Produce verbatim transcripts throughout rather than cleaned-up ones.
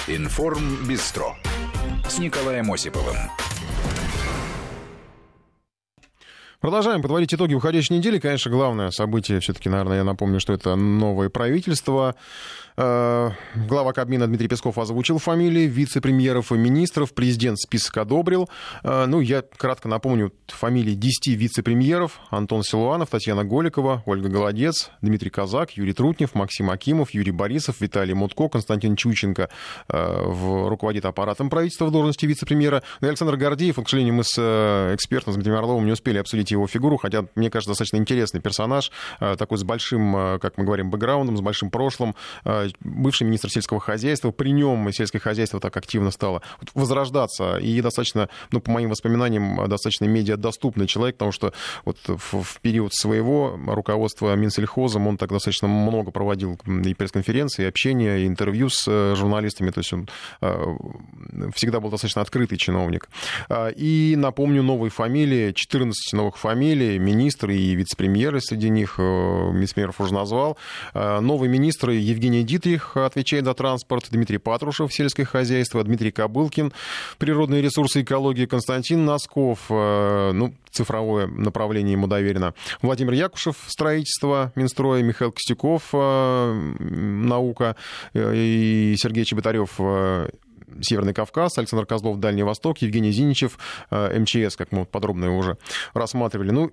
Информбистро с Николаем Осиповым. Продолжаем подводить итоги уходящей недели. Конечно, главное событие, все-таки, наверное, я напомню, что это новое правительство. Глава Кабмина Дмитрий Песков озвучил фамилии вице-премьеров и министров. Президент список одобрил. Ну, я кратко напомню фамилии десяти вице-премьеров. Антон Силуанов, Татьяна Голикова, Ольга Голодец, Дмитрий Казак, Юрий Трутнев, Максим Акимов, Юрий Борисов, Виталий Мутко, Константин Чученко в, руководит аппаратом правительства в должности вице-премьера. И Александр Гордеев, вот, к сожалению, мы с экспертом, с Дмитрием Орловым, не успели обсудить его фигуру, хотя, мне кажется, достаточно интересный персонаж, такой с большим, как мы говорим, бэкграундом, с большим прошлым, бывший министр сельского хозяйства. При нем сельское хозяйство так активно стало возрождаться, и достаточно, ну, по моим воспоминаниям, достаточно медиадоступный человек, потому что вот в, в период своего руководства Минсельхозом он так достаточно много проводил и пресс-конференций, и общения, и интервью с журналистами, то есть он всегда был достаточно открытый чиновник. И напомню новые фамилии, четырнадцать новых фамилий, министры и вице-премьеры среди них, вице-премьеров уже назвал. Новый министр Евгений Дитрих отвечает за транспорт, Дмитрий Патрушев, сельское хозяйство, Дмитрий Кобылкин, природные ресурсы и экология, Константин Носков, ну, цифровое направление ему доверено, Владимир Якушев, строительство, Минстрой, Михаил Костюков, наука, и Сергей Чеботарев, Северный Кавказ, Александр Козлов, Дальний Восток, Евгений Зиничев, МЧС, как мы подробно его уже рассматривали. Ну,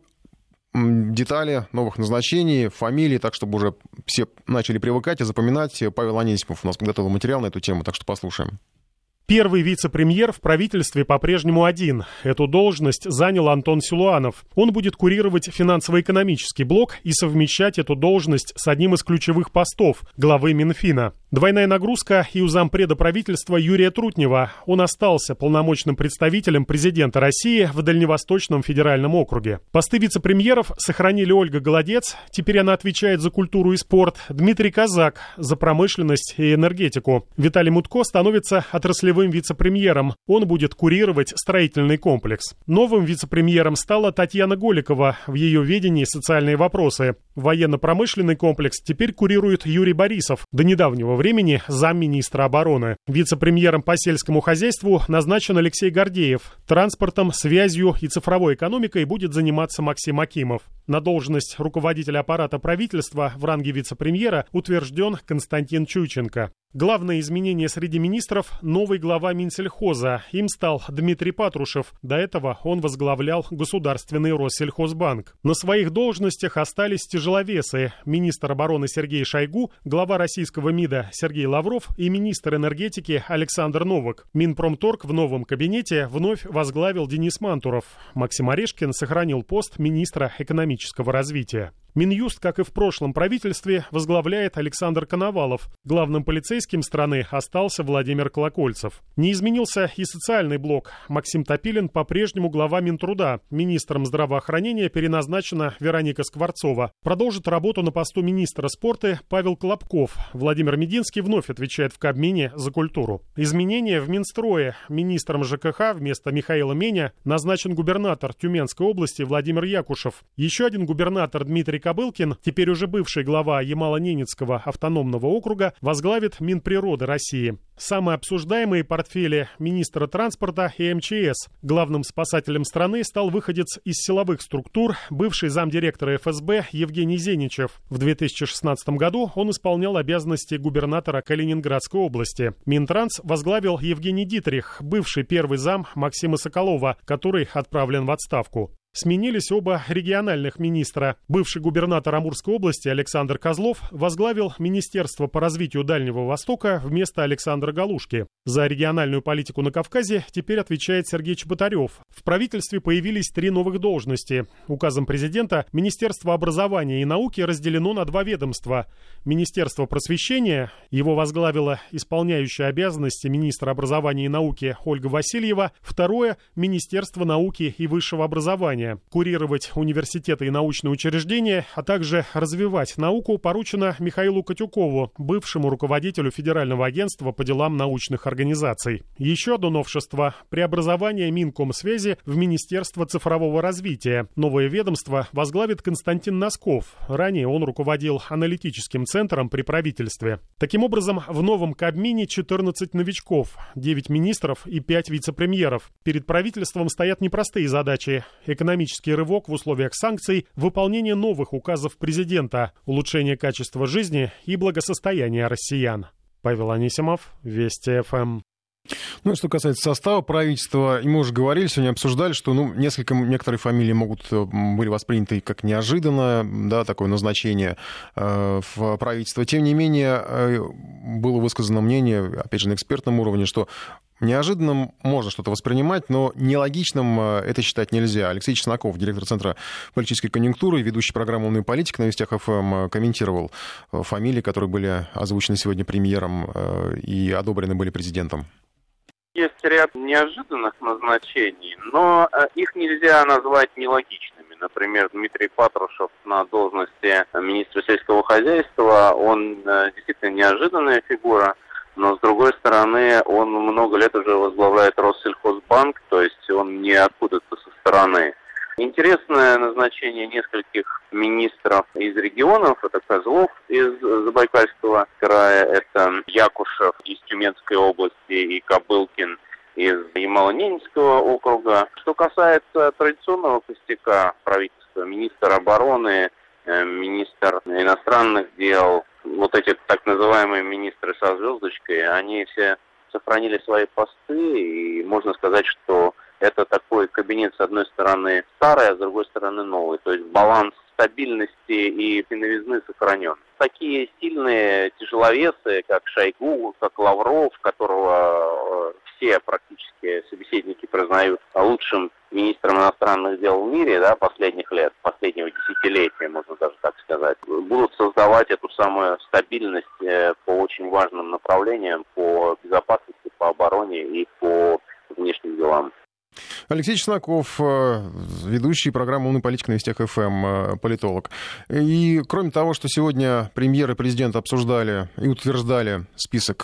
детали новых назначений, фамилии, так, чтобы уже все начали привыкать и запоминать. Павел Анисимов у нас подготовил материал на эту тему, так что послушаем. Первый вице-премьер в правительстве по-прежнему один. Эту должность занял Антон Силуанов. Он будет курировать финансово-экономический блок и совмещать эту должность с одним из ключевых постов – главы Минфина. Двойная нагрузка и у зампреда правительства Юрия Трутнева. Он остался полномочным представителем президента России в Дальневосточном федеральном округе. Посты вице-премьеров сохранили Ольга Голодец, теперь она отвечает за культуру и спорт, Дмитрий Казак – за промышленность и энергетику. Виталий Мутко становится отраслевым вице-премьером. Он будет курировать строительный комплекс. Новым вице-премьером стала Татьяна Голикова. В ее ведении социальные вопросы. Военно-промышленный комплекс теперь курирует Юрий Борисов, до недавнего времени замминистра обороны. Вице-премьером по сельскому хозяйству назначен Алексей Гордеев. Транспортом, связью и цифровой экономикой будет заниматься Максим Акимов. На должность руководителя аппарата правительства в ранге вице-премьера утвержден Константин Чученко. Главное изменение среди министров – новый глава Минсельхоза. Им стал Дмитрий Патрушев. До этого он возглавлял Государственный Россельхозбанк. На своих должностях остались тяжеловесы – министр обороны Сергей Шойгу, глава российского МИДа Сергей Лавров и министр энергетики Александр Новак. Минпромторг в новом кабинете вновь возглавил Денис Мантуров. Максим Орешкин сохранил пост министра экономического развития. Минюст, как и в прошлом правительстве, возглавляет Александр Коновалов. Главным полицейским страны остался Владимир Колокольцев. Не изменился и социальный блок. Максим Топилин по-прежнему глава Минтруда. Министром здравоохранения переназначена Вероника Скворцова. Продолжит работу на посту министра спорта Павел Клопков. Владимир Мединский вновь отвечает в Кабмине за культуру. Изменения в Минстрое. Министром ЖКХ вместо Михаила Меня назначен губернатор Тюменской области Владимир Якушев. Еще один губернатор Дмитрий Кобылкин, теперь уже бывший глава Ямало-Ненецкого автономного округа, возглавит Минприроды России. Самые обсуждаемые портфели министра транспорта и МЧС. Главным спасателем страны стал выходец из силовых структур, бывший замдиректора эф эс бэ Евгений Зеничев. В две тысячи шестнадцатом году он исполнял обязанности губернатора Калининградской области. Минтранс возглавил Евгений Дитрих, бывший первый зам Максима Соколова, который отправлен в отставку. Сменились оба региональных министра. Бывший губернатор Амурской области Александр Козлов возглавил Министерство по развитию Дальнего Востока вместо Александра Галушки. За региональную политику на Кавказе теперь отвечает Сергей Чеботарев. В правительстве появились три новых должности. Указом президента Министерство образования и науки разделено на два ведомства. Министерство просвещения, его возглавила исполняющая обязанности министра образования и науки Ольга Васильева. Второе – Министерство науки и высшего образования. образования. Курировать университеты и научные учреждения, а также развивать науку поручено Михаилу Котюкову, бывшему руководителю Федерального агентства по делам научных организаций. Еще одно новшество – преобразование Минкомсвязи в Министерство цифрового развития. Новое ведомство возглавит Константин Носков. Ранее он руководил аналитическим центром при правительстве. Таким образом, в новом Кабмине четырнадцать новичков, девять министров и пять вице-премьеров. Перед правительством стоят непростые задачи. Экономический рывок в условиях санкций, выполнение новых указов президента, улучшение качества жизни и благосостояния россиян. Павел Анисимов, Вести ФМ. Ну, что касается состава правительства, мы уже говорили, сегодня обсуждали, что ну, несколько, некоторые фамилии могут были восприняты как неожиданно, да, такое назначение э, в правительство. Тем не менее, э, было высказано мнение, опять же, на экспертном уровне, что неожиданным можно что-то воспринимать, но нелогичным это считать нельзя. Алексей Чесноков, директор Центра политической конъюнктуры и ведущий программы «Умная политика» на Вестях ФМ, комментировал фамилии, которые были озвучены сегодня премьером и одобрены были президентом. Есть ряд неожиданных назначений, но их нельзя назвать нелогичными. Например, Дмитрий Патрушев на должности министра сельского хозяйства, он действительно неожиданная фигура. Но, с другой стороны, он много лет уже возглавляет Россельхозбанк, то есть он не откуда-то со стороны. Интересное назначение нескольких министров из регионов. Это Козлов из Забайкальского края, это Якушев из Тюменской области и Кобылкин из Ямало-Ненецкого округа. Что касается традиционного костяка правительства, министр обороны, министр иностранных дел, вот эти так называемые министры со звездочкой, они все сохранили свои посты, и можно сказать, что это такой кабинет, с одной стороны, старый, а с другой стороны, новый. То есть баланс стабильности и новизны сохранен. Такие сильные тяжеловесы, как Шойгу, как Лавров, которого все практически собеседники признают лучшим министром иностранных дел в мире, да, последних лет, последнего десятилетия, можно даже так сказать, будут создавать эту самую стабильность по очень важным направлениям, по безопасности, по обороне и по внешним делам. Алексей Чесноков, ведущий программы «Умная политика» на Вестях ФМ, политолог. И кроме того, что сегодня премьер и президент обсуждали и утверждали список,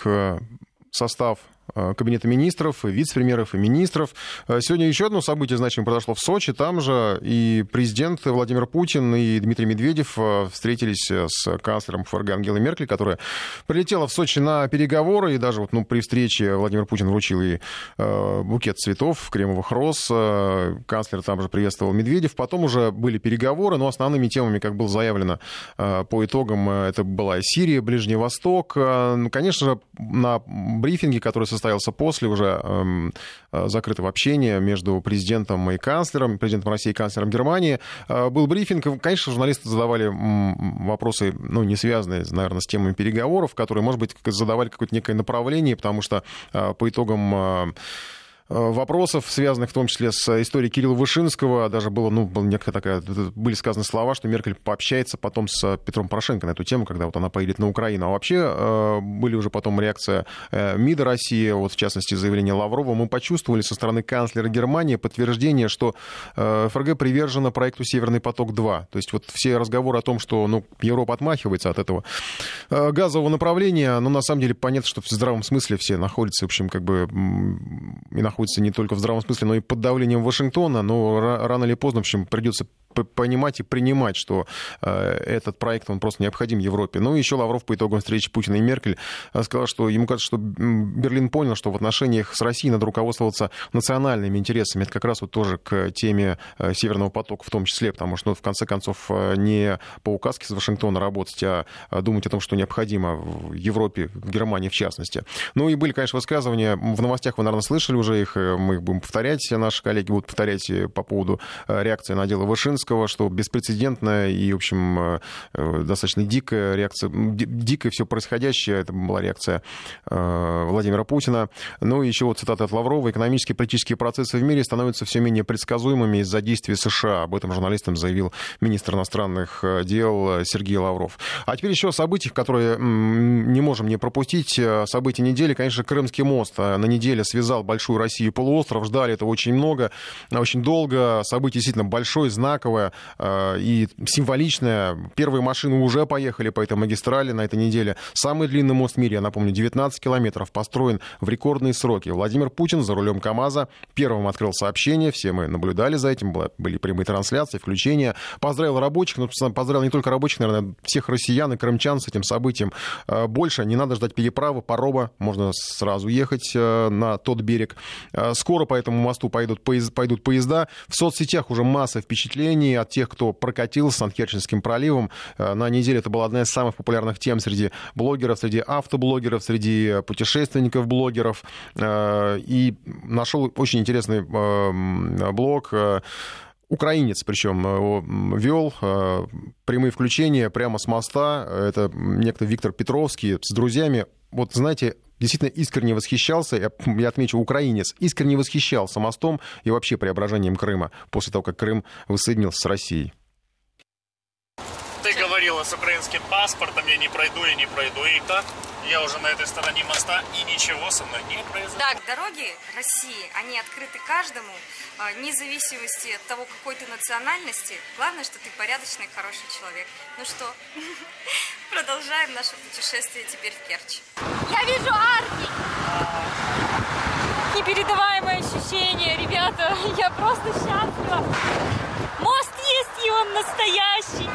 состав Кабинета министров, вице-премьеров и министров. Сегодня еще одно событие значимое произошло в Сочи. Там же и президент Владимир Путин, и Дмитрий Медведев встретились с канцлером ФРГ Ангелой Меркель, которая прилетела в Сочи на переговоры. И даже вот, ну, при встрече Владимир Путин вручил ей э, букет цветов, кремовых роз. Э, канцлер там же приветствовал Медведев. Потом уже были переговоры, но основными темами, как было заявлено э, по итогам, это была Сирия, Ближний Восток. Э, ну, конечно же, на брифинге, который состоялся состоялся после уже э, закрытого общения между президентом и канцлером, президентом России и канцлером Германии. Э, был брифинг. Конечно, журналисты задавали м, вопросы, ну, не связанные, наверное, с темами переговоров, которые, может быть, задавали какое-то некое направление, потому что э, по итогам э, вопросов, связанных в том числе с историей Кирилла Вышинского. Даже было, ну, была некая такая, были сказаны слова, что Меркель пообщается потом с Петром Порошенко на эту тему, когда вот она поедет на Украину. А вообще были уже потом реакция МИДа России, вот в частности заявление Лаврова. Мы почувствовали со стороны канцлера Германии подтверждение, что ФРГ привержена проекту «Северный поток-два». То есть вот все разговоры о том, что, ну, Европа отмахивается от этого газового направления, но на самом деле понятно, что в здравом смысле все находятся, в общем, как бы и находятся находится не только в здравом смысле, но и под давлением Вашингтона, но рано или поздно, в общем, придется понимать и принимать, что э, этот проект, он просто необходим Европе. Ну и еще Лавров по итогам встречи Путина и Меркель сказал, что ему кажется, что Берлин понял, что в отношениях с Россией надо руководствоваться национальными интересами. Это как раз вот тоже к теме э, Северного потока в том числе, потому что, ну, в конце концов, не по указке с Вашингтона работать, а думать о том, что необходимо в Европе, в Германии в частности. Ну и были, конечно, высказывания. В новостях вы, наверное, слышали уже их. Мы их будем повторять, наши коллеги будут повторять по поводу реакции на дело Вышинского, что беспрецедентная и, в общем, достаточно дикая реакция, дикое все происходящее, это была реакция Владимира Путина. Ну и еще вот цитата от Лаврова: «Экономические и политические процессы в мире становятся все менее предсказуемыми из-за действий США». Об этом журналистам заявил министр иностранных дел Сергей Лавров. А теперь еще о событиях, которые не можем не пропустить. События недели, конечно, Крымский мост на неделе связал большую Россию Россию полуостров. Ждали этого очень много, очень долго. Событие действительно большое, знаковое и символичное. Первые машины уже поехали по этой магистрали на этой неделе. Самый длинный мост в мире, я напомню, девятнадцать километров, построен в рекордные сроки. Владимир Путин за рулем КамАЗа первым открыл сообщение. Все мы наблюдали за этим, были прямые трансляции, включения. Поздравил рабочих, но поздравил не только рабочих, наверное, всех россиян и крымчан с этим событием. Больше не надо ждать переправы, парома, можно сразу ехать на тот берег. Скоро по этому мосту пойдут, пойдут поезда. В соцсетях уже масса впечатлений от тех, кто прокатился над Керченским проливом. На неделе это была одна из самых популярных тем среди блогеров, среди автоблогеров, среди путешественников-блогеров. И нашел очень интересный блог. Украинец, причем, вел прямые включения прямо с моста. Это некто Виктор Петровский с друзьями. Вот, знаете, действительно искренне восхищался, я, я отмечу, украинец, искренне восхищался мостом и вообще преображением Крыма после того, как Крым воссоединился с Россией. Ты говорила, с украинским паспортом я не пройду, я не пройду. И так, я уже на этой стороне моста, и ничего со мной не произошло. Так, дороги России, они открыты каждому, вне зависимости от того, какой ты национальности. Главное, что ты порядочный, хороший человек. Ну что, продолжаем наше путешествие теперь в Керчь. Я вижу арки! Непередаваемое ощущение, ребята. Я просто счастлива. Мост есть, и он настоящий.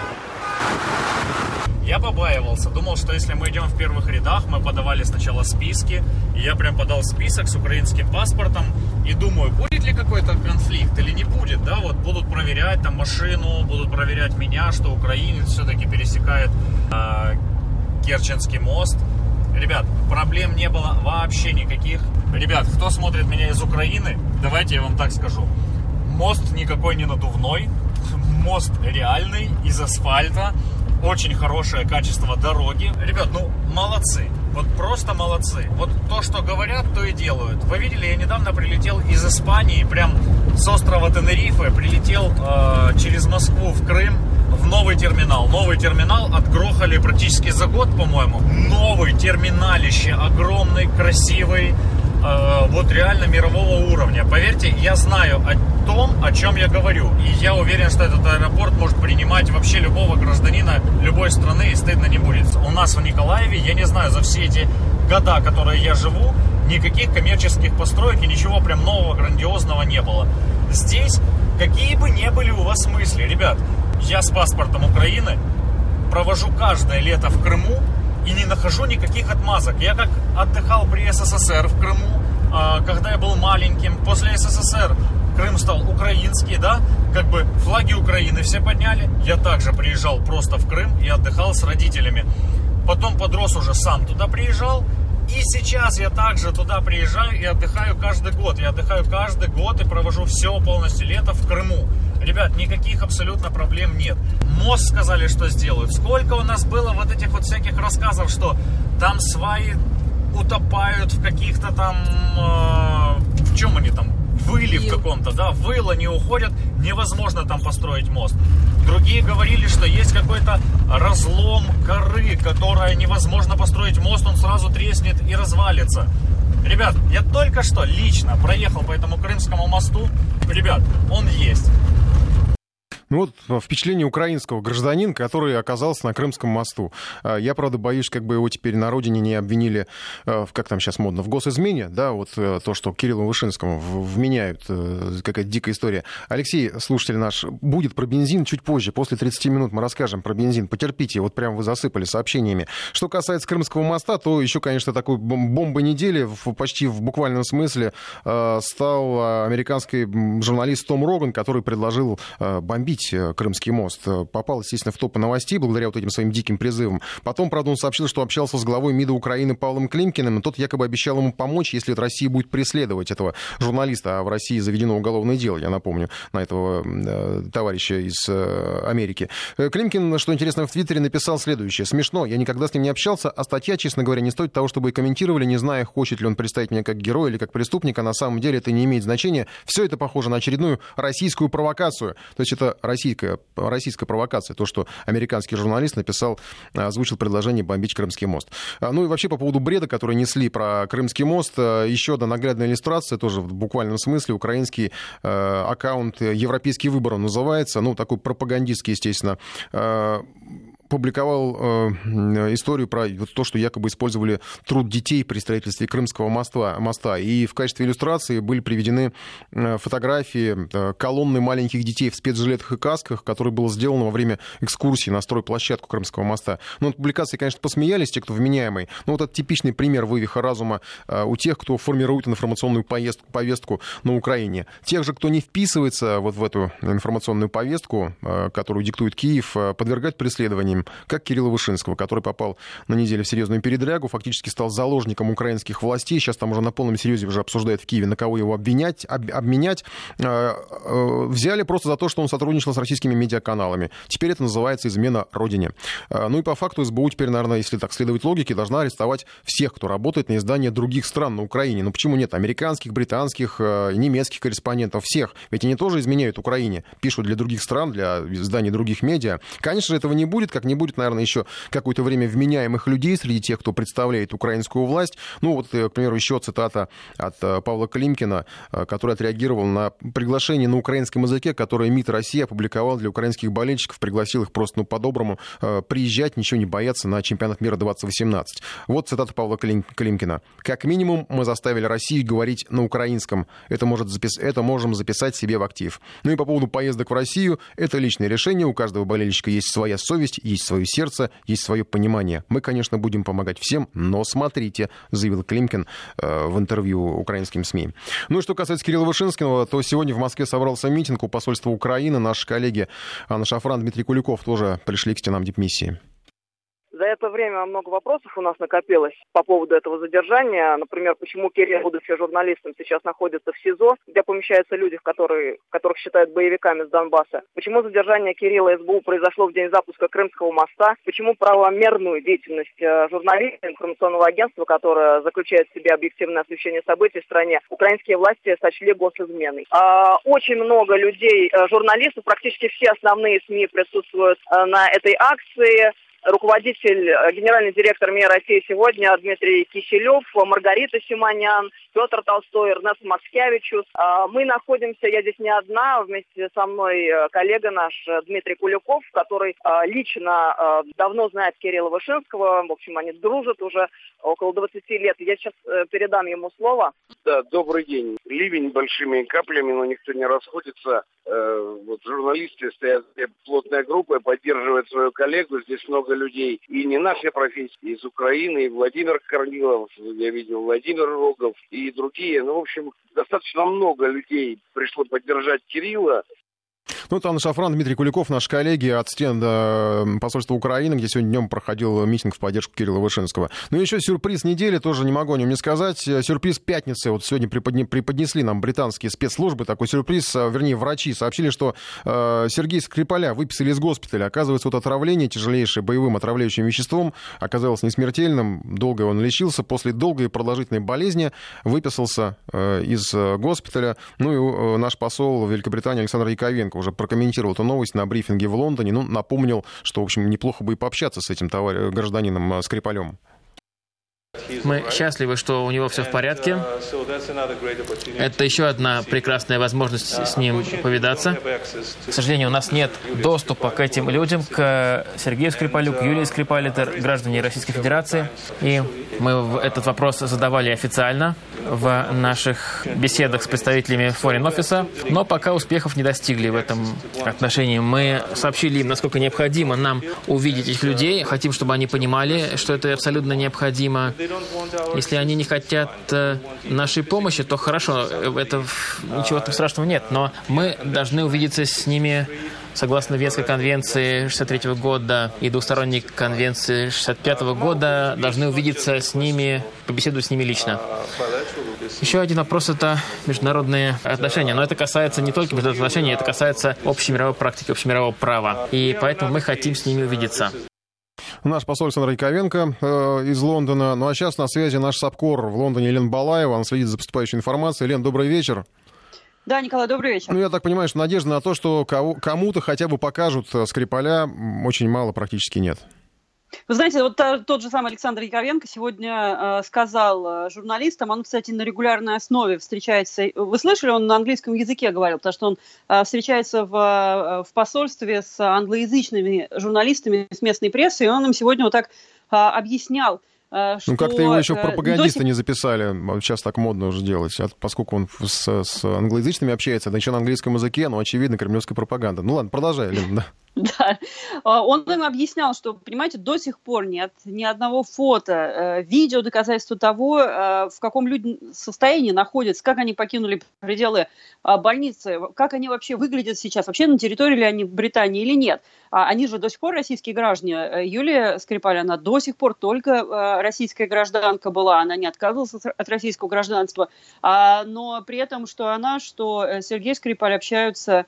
Я побаивался, думал, что если мы идем в первых рядах, мы подавали сначала списки, и я прям подал список с украинским паспортом, и думаю, будет ли какой-то конфликт или не будет, да, вот будут проверять там машину, будут проверять меня, что украинец все-таки пересекает э, Керченский мост. Ребят, проблем не было вообще никаких. Ребят, кто смотрит меня из Украины, давайте я вам так скажу, мост никакой не надувной, мост реальный, из асфальта. Очень хорошее качество дороги. Ребят, ну, молодцы. Вот просто молодцы. Вот то, что говорят, то и делают. Вы видели, я недавно прилетел из Испании, прям с острова Тенерифе, прилетел э, через Москву в Крым, в новый терминал. Новый терминал отгрохали практически за год, по-моему. Новый терминалище, огромный, красивый, э, вот реально мирового уровня. Поверьте, я знаю о том, о чем я говорю. И я уверен, что этот аэропорт может принимать вообще любого гражданина любой страны, и стыдно не будет. У нас в Николаеве, я не знаю, за все эти года, которые я живу, никаких коммерческих построек и ничего прям нового, грандиозного не было. Здесь, какие бы ни были у вас мысли, ребят, я с паспортом Украины провожу каждое лето в Крыму и не нахожу никаких отмазок. Я как отдыхал при СССР в Крыму, когда я был маленьким, после СССР Крым стал украинский, да, как бы флаги Украины все подняли. Я также приезжал просто в Крым и отдыхал с родителями. Потом подрос уже, сам туда приезжал. И сейчас я также туда приезжаю и отдыхаю каждый год. Я отдыхаю каждый год и провожу все полностью лето в Крыму. Ребят, никаких абсолютно проблем нет. Мост сказали, что сделают. Сколько у нас было вот этих вот всяких рассказов, что там сваи утопают в каких-то там... Э, в чем они там? Выли в каком-то, да, выл, они уходят, невозможно там построить мост. Другие говорили, что есть какой-то разлом коры, которая невозможно построить мост, он сразу треснет и развалится. Ребят, я только что лично проехал по этому Крымскому мосту. Ребят, он есть. Ну вот впечатление украинского гражданина, который оказался на Крымском мосту. Я, правда, боюсь, как бы его теперь на родине не обвинили, как там сейчас модно, в госизмене, да, вот то, что Кириллу Вышинскому вменяют, какая-то дикая история. Алексей, слушатель наш, будет про бензин чуть позже, после тридцати минут мы расскажем про бензин, потерпите, вот прям вы засыпали сообщениями. Что касается Крымского моста, то еще, конечно, такой бомбой недели, почти в буквальном смысле, стал американский журналист Том Роган, который предложил бомбить Крымский мост. Попал, естественно, в топы новостей благодаря вот этим своим диким призывам. Потом, правда, он сообщил, что общался с главой МИДа Украины Павлом Климкиным, и тот якобы обещал ему помочь, если Россия будет преследовать этого журналиста. А в России заведено уголовное дело, я напомню, на этого э, товарища из э, Америки. Климкин, что интересно, в Твиттере написал следующее. Смешно, я никогда с ним не общался, а статья, честно говоря, не стоит того, чтобы и комментировали, не зная, хочет ли он представить меня как героя или как преступника. На самом деле это не имеет значения. Все это похоже на очередную российскую провокацию. То есть это российская, российская провокация, то, что американский журналист написал, озвучил предложение бомбить Крымский мост. Ну и вообще по поводу бреда, который несли про Крымский мост, еще одна наглядная иллюстрация, тоже в буквальном смысле, украинский аккаунт «Европейский выбор» он называется, ну, такой пропагандистский, естественно, публиковал э, историю про вот то, что якобы использовали труд детей при строительстве Крымского моста, моста. И в качестве иллюстрации были приведены э, фотографии э, колонны маленьких детей в спецжилетах и касках, которые было сделано во время экскурсии на стройплощадку Крымского моста. Ну, над публикацией, конечно, посмеялись те, кто вменяемый. Но вот это типичный пример вывиха разума э, у тех, кто формирует информационную повестку, повестку на Украине. Тех же, кто не вписывается вот в эту информационную повестку, э, которую диктует Киев, э, подвергать преследованиям, как Кирилла Вышинского, который попал на неделю в серьезную передрягу, фактически стал заложником украинских властей. Сейчас там уже на полном серьезе уже обсуждают в Киеве, на кого его обвинять, об, обменять. Э, э, взяли просто за то, что он сотрудничал с российскими медиаканалами. Теперь это называется измена родине. Э, ну и по факту СБУ теперь, наверное, если так следовать логике, должна арестовать всех, кто работает на издание других стран на Украине. Ну почему нет? Американских, британских, э, немецких корреспондентов, всех. Ведь они тоже изменяют Украине. Пишут для других стран, для изданий других медиа. Конечно же, этого не будет, как не будет, наверное, еще какое-то время вменяемых людей среди тех, кто представляет украинскую власть. Ну вот, к примеру, еще цитата от Павла Климкина, который отреагировал на приглашение на украинском языке, которое МИД России опубликовал для украинских болельщиков, пригласил их просто, ну, по-доброму приезжать, ничего не бояться на чемпионат мира двадцать восемнадцать. Вот цитата Павла Климкина. «Как минимум мы заставили Россию говорить на украинском. Это, может запис... это можем записать себе в актив». Ну и по поводу поездок в Россию, это личное решение. У каждого болельщика есть своя совесть, есть свое сердце, есть свое понимание. Мы, конечно, будем помогать всем, но смотрите, заявил Климкин э, в интервью украинским СМИ. Ну и что касается Кирилла Вышинского, то сегодня в Москве собрался митинг у посольства Украины. Наши коллеги Анна Шафран, Дмитрий Куликов тоже пришли к стенам дипмиссии. За это время много вопросов у нас накопилось по поводу этого задержания. Например, почему Кирилл, будучи журналистом, сейчас находится в СИЗО, где помещаются люди, которые, которых считают боевиками с Донбасса. Почему задержание Кирилла СБУ произошло в день запуска Крымского моста. Почему правомерную деятельность журналиста, информационного агентства, которое заключает в себе объективное освещение событий в стране, украинские власти сочли госизменой. Очень много людей, журналистов, практически все основные СМИ присутствуют на этой акции. Руководитель, генеральный директор МИА России сегодня Дмитрий Киселев, Маргарита Симонян, Петр Толстой, Эрнест Макскевичус. Мы находимся, я здесь не одна, вместе со мной коллега наш Дмитрий Куликов, который лично давно знает Кирилла Вышинского. В общем, они дружат уже около двадцати лет. Я сейчас передам ему слово. Да, добрый день. Ливень большими каплями, но никто не расходится. Вот журналисты стоят плотной группой, поддерживают свою коллегу. Здесь много людей и не нашей профессии, из Украины, и Владимир Корнилов, я видел Владимир Рогов и другие. Ну, в общем, достаточно много людей пришло поддержать Кирилла. Ну, это Анна Шафран, Дмитрий Куликов, наши коллеги от стен посольства Украины, где сегодня днем проходил митинг в поддержку Кирилла Вышинского. Ну, еще сюрприз недели, тоже не могу о нем не сказать. Сюрприз пятницы. Вот сегодня преподнесли нам британские спецслужбы такой сюрприз, вернее, врачи сообщили, что э, Сергея Скрипаля выписали из госпиталя. Оказывается, вот отравление тяжелейшее боевым отравляющим веществом оказалось несмертельным. Долго он лечился. После долгой и продолжительной болезни выписался э, из госпиталя. Ну, и э, наш посол в Великобритании Александр Яковенко уже прокомментировал эту новость на брифинге в Лондоне. Ну, напомнил, что, в общем, неплохо бы и пообщаться с этим товар... гражданином Скрипалем. Мы счастливы, что у него все в порядке. Это еще одна прекрасная возможность с ним повидаться. К сожалению, у нас нет доступа к этим людям, к Сергею Скрипалю, к Юлии Скрипаль, это граждане Российской Федерации. И мы этот вопрос задавали официально в наших беседах с представителями Foreign Office, но пока успехов не достигли в этом отношении. Мы сообщили им, насколько необходимо нам увидеть этих людей, хотим, чтобы они понимали, что это абсолютно необходимо. Если они не хотят нашей помощи, то хорошо, это, ничего там страшного нет, но мы должны увидеться с ними согласно Венской конвенции шестьдесят третьего года и двусторонней конвенции шестьдесят пятого года, должны увидеться с ними, побеседовать с ними лично. Еще один вопрос – это международные отношения. Но это касается не только международных отношений, это касается общей мировой практики, общемирового права. И поэтому мы хотим с ними увидеться. Наш посол Александр Яковенко э, из Лондона. Ну а сейчас на связи наш САПКОР в Лондоне Елена Балаева. Она следит за поступающей информацией. Лен, добрый вечер. Да, Николай, добрый вечер. Ну, я так понимаю, что надежды на то, что кому-то хотя бы покажут Скрипаля, очень мало, практически нет. Вы знаете, вот тот же самый Александр Яковенко сегодня э, сказал журналистам, он, кстати, на регулярной основе встречается, вы слышали, он на английском языке говорил, потому что он э, встречается в, в посольстве с англоязычными журналистами, с местной прессой, и он им сегодня вот так э, объяснял, что... Ну, как-то его еще в пропагандиста сих... не записали, сейчас так модно уже делать, поскольку он с, с англоязычными общается, да еще на английском языке, ну, очевидно, кремлевская пропаганда. Ну, ладно, продолжай, Лен, да. Да, он им объяснял, что, понимаете, до сих пор нет ни одного фото, видео доказательства того, в каком люди состоянии находятся, как они покинули пределы больницы, как они вообще выглядят сейчас, вообще на территории ли они в Британии или нет. Они же до сих пор российские граждане. Юлия Скрипаль, она до сих пор только российская гражданка была, она не отказывалась от российского гражданства, но при этом, что она, что Сергей Скрипаль общаются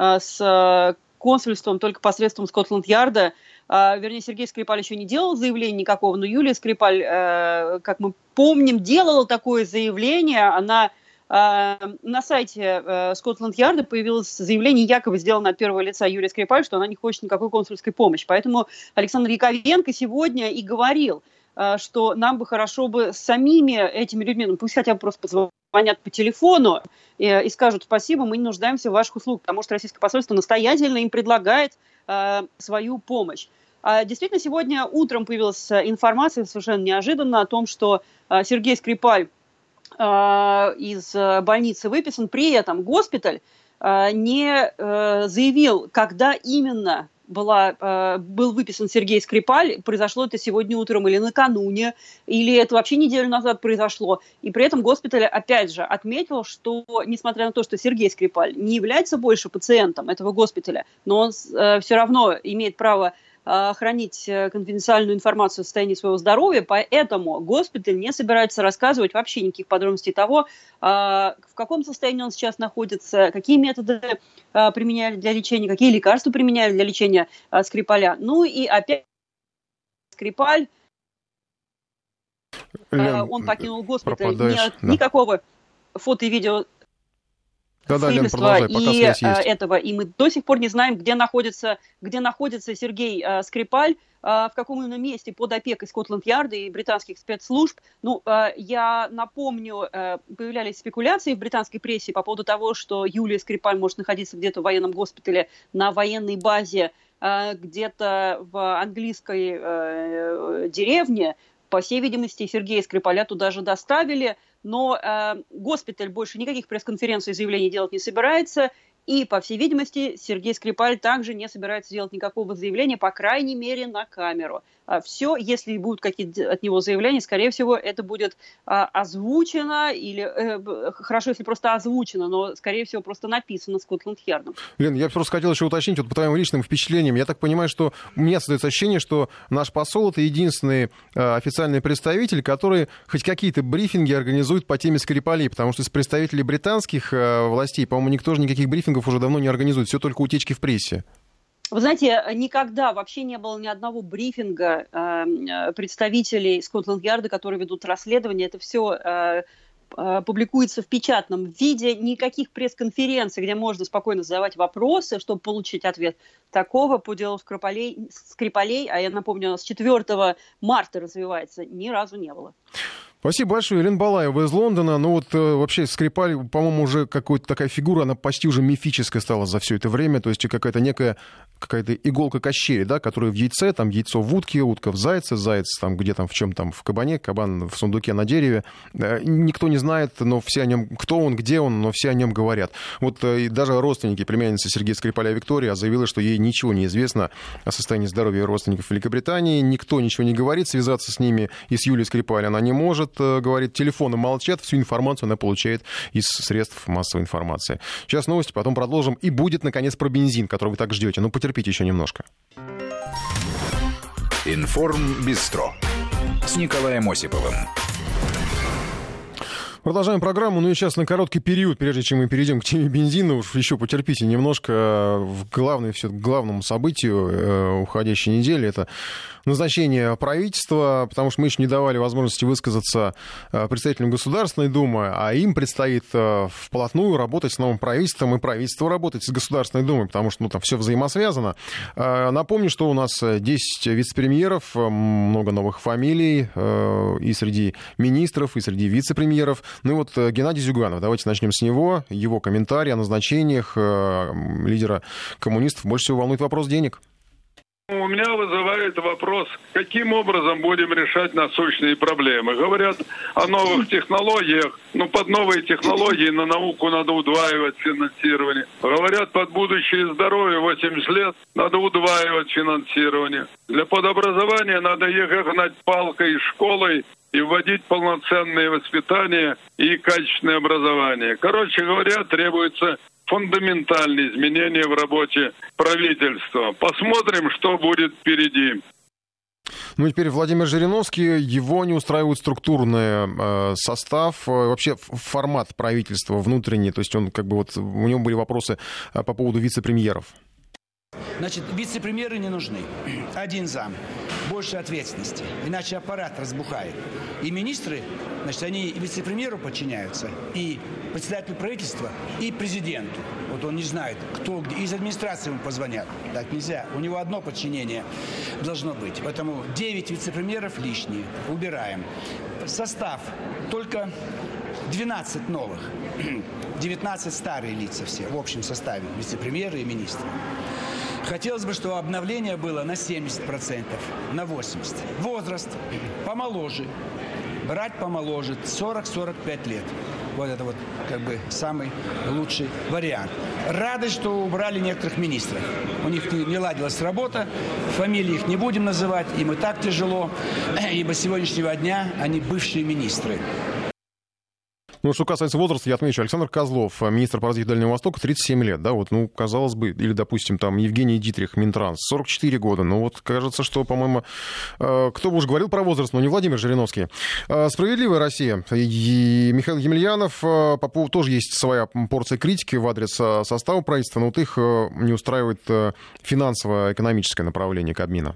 с консульством только посредством Скотланд-Ярда. А, вернее, Сергей Скрипаль еще не делал заявления никакого, но Юлия Скрипаль, э, как мы помним, делала такое заявление. Она э, на сайте э, Скотланд-Ярда появилось заявление, якобы сделано от первого лица Юлии Скрипаль, что она не хочет никакой консульской помощи. Поэтому Александр Яковенко сегодня и говорил, э, что нам бы хорошо бы с самими этими людьми, ну пусть хотя бы просто позвонят, звонят по телефону и, и скажут: спасибо, мы не нуждаемся в ваших услугах, потому что российское посольство настоятельно им предлагает э, свою помощь. А, действительно, сегодня утром появилась информация совершенно неожиданно о том, что э, Сергей Скрипаль э, из больницы выписан, при этом госпиталь э, не э, заявил, когда именно Была, э, был выписан Сергей Скрипаль, произошло это сегодня утром или накануне, или это вообще неделю назад произошло. И при этом госпиталь, опять же, отметил, что, несмотря на то, что Сергей Скрипаль не является больше пациентом этого госпиталя, но он э, все равно имеет право э, хранить конфиденциальную информацию о состоянии своего здоровья, поэтому госпиталь не собирается рассказывать вообще никаких подробностей того, э, в каком состоянии он сейчас находится, какие методы э, применяли для лечения, какие лекарства применяли для лечения э, Скрипаля. Ну и опять Скрипаль, э, он покинул госпиталь, нет да. никакого фото и видео Да-да, Лен, продолжай, пока и связь есть. этого. И мы до сих пор не знаем, где находится, где находится Сергей э, Скрипаль, э, в каком именно месте под опекой Скотланд-Ярда и британских спецслужб. Ну, э, я напомню, э, появлялись спекуляции в британской прессе по поводу того, что Юлия Скрипаль может находиться где-то в военном госпитале, на военной базе, э, где-то в английской э, деревне. По всей видимости, Сергея Скрипаля туда же доставили, но э, госпиталь больше никаких пресс-конференций и заявлений делать не собирается, и, по всей видимости, Сергей Скрипаль также не собирается делать никакого заявления, по крайней мере, на камеру. А все, если будут какие-то от него заявления, скорее всего, это будет а, озвучено, или э, хорошо, если просто озвучено, но, скорее всего, просто написано Скотланд-Ярдом. Лен, я просто хотел еще уточнить, вот по твоим личным впечатлениям, я так понимаю, что у меня создается ощущение, что наш посол — это единственный э, официальный представитель, который хоть какие-то брифинги организует по теме Скрипалей, потому что из представителей британских э, властей, по-моему, никто же никаких брифингов уже давно не организует, все только утечки в прессе. Вы знаете, никогда вообще не было ни одного брифинга э, представителей Скотланд-Ярда, которые ведут расследование. Это все э, э, публикуется в печатном виде. Никаких пресс-конференций, где можно спокойно задавать вопросы, чтобы получить ответ. Такого по делу Скрипалей, Скрипалей, а я напомню, у нас четвёртого марта развивается, ни разу не было. Спасибо большое. Елена Балаева из Лондона. Ну вот э, вообще Скрипаль, по-моему, уже какая-то такая фигура, она почти уже мифическая стала за все это время. То есть какая-то некая какая-то иголка Кощея, да, которая в яйце, там яйцо в утке, утка в зайце, заяц там где там в чем там, в кабане, кабан в сундуке на дереве. Э, никто не знает, но все о нем, кто он, где он, но все о нем говорят. Вот э, и даже родственники племянницы Сергея Скрипаля Виктория заявила, что ей ничего не известно о состоянии здоровья родственников в Великобритании. Никто ничего не говорит, связаться с ними и с Юлией Скрипаль она не может. Говорит, телефоны молчат, всю информацию она получает из средств массовой информации. Сейчас новости, потом продолжим. И будет, наконец, про бензин, который вы так ждете. Ну, потерпите еще немножко. Информбистро с Николаем Осиповым. Продолжаем программу, ну и сейчас на короткий период, прежде чем мы перейдем к теме бензина, уж еще потерпите немножко, в главное, все, к главному событию э, уходящей недели, это назначение правительства, потому что мы еще не давали возможности высказаться э, представителям Государственной Думы, а им предстоит э, вплотную работать с новым правительством, и правительству работать с Государственной Думой, потому что ну, там все взаимосвязано. Э, напомню, что у нас десять вице-премьеров, много новых фамилий э, и среди министров, и среди вице-премьеров. Ну и вот Геннадий Зюганов, давайте начнем с него. Его комментарий о назначениях э, лидера коммунистов. Больше всего волнует вопрос денег. У меня вызывает вопрос, каким образом будем решать насущные проблемы. Говорят о новых технологиях, но под новые технологии на науку надо удваивать финансирование. Говорят, под будущее здоровье восемьдесят лет надо удваивать финансирование. Для подобразования надо ЕГЭ гнать палкой из школы и вводить полноценное воспитание и качественное образование. Короче говоря, требуется фундаментальные изменения в работе правительства. Посмотрим, что будет впереди. Ну и теперь Владимир Жириновский, его не устраивает структурный э, состав, э, вообще формат правительства внутренний, то есть он как бы вот, у него были вопросы э, по поводу вице-премьеров. Значит, вице-премьеры не нужны. Один зам. Больше ответственности. Иначе аппарат разбухает. И министры, значит, они вице-премьеру подчиняются, и председателю правительства, и президенту. Вот он не знает, кто где. Из администрации ему позвонят. Так нельзя. У него одно подчинение должно быть. Поэтому девять вице-премьеров лишние. Убираем. Состав. Только двенадцать новых. девятнадцать старые лица все в общем составе. Вице-премьеры и министры. Хотелось бы, чтобы обновление было на семьдесят процентов, на восемьдесят процентов. Возраст помоложе, брать помоложе, сорок-сорок пять лет. Вот это вот как бы самый лучший вариант. Радость, что убрали некоторых министров. У них не, не ладилась работа, фамилии их не будем называть, им и так тяжело, ибо с сегодняшнего дня они бывшие министры. Ну, что касается возраста, я отмечу, Александр Козлов, министр по развитию Дальнего Востока, тридцать семь лет, да, вот, ну, казалось бы, или, допустим, там, Евгений Дитрих, Минтранс, сорок четыре года, ну, вот, кажется, что, по-моему, э, кто бы уж говорил про возраст, но не Владимир Жириновский. Э, «Справедливая Россия» и Михаил Емельянов, э, по поводу, тоже есть своя порция критики в адрес э, состава правительства, но вот их э, не устраивает э, финансово-экономическое направление Кабмина.